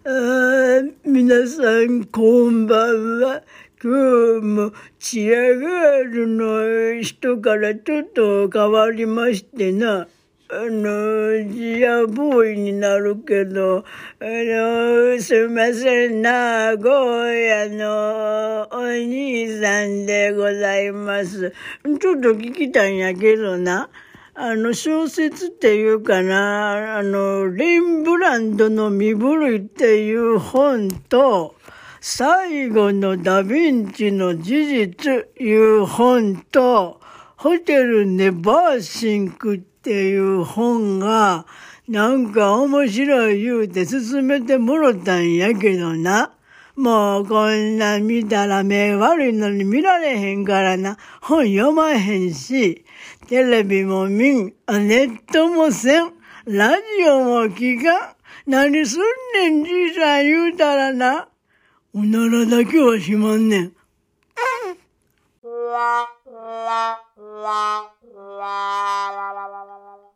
皆さん、こんばんは。今日もチアガールの人からちょっと変わりましてな。ジアボーイになるけど、すいませんな、ゴーヤのお兄さんでございます。ちょっと聞きたいんやけどな。小説っていうかな、レインブランドの身震いっていう本と、最後のダヴィンチの事実いう本と、ホテルネバーシンクっていう本が、なんか面白い言うて勧めてもろたんやけどな。もうこんなん見たら目悪いのに見られへんからな。本読まへんし、テレビも見ん、ネットもせん、ラジオも聞かん。何すんねんじいさん言うたらな。おならだけはしまんねん。